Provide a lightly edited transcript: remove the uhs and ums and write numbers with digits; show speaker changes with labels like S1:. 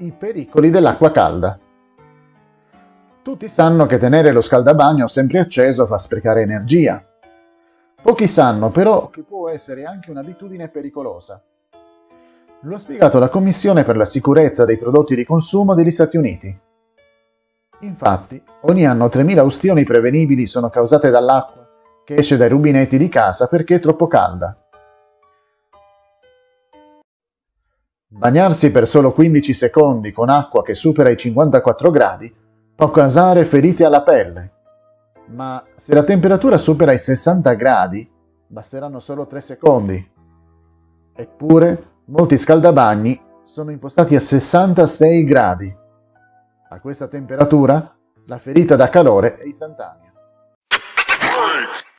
S1: I pericoli dell'acqua calda. Tutti sanno che tenere lo scaldabagno sempre acceso fa sprecare energia. Pochi sanno però che può essere anche un'abitudine pericolosa. Lo ha spiegato la Commissione per la sicurezza dei prodotti di consumo degli Stati Uniti. Infatti, ogni anno 3.000 ustioni prevenibili sono causate dall'acqua che esce dai rubinetti di casa perché è troppo calda. Bagnarsi per solo 15 secondi con acqua che supera i 54 gradi può causare ferite alla pelle, ma se la temperatura supera i 60 gradi basteranno solo 3 secondi. Eppure, molti scaldabagni sono impostati a 66 gradi. A questa temperatura, la ferita da calore è istantanea.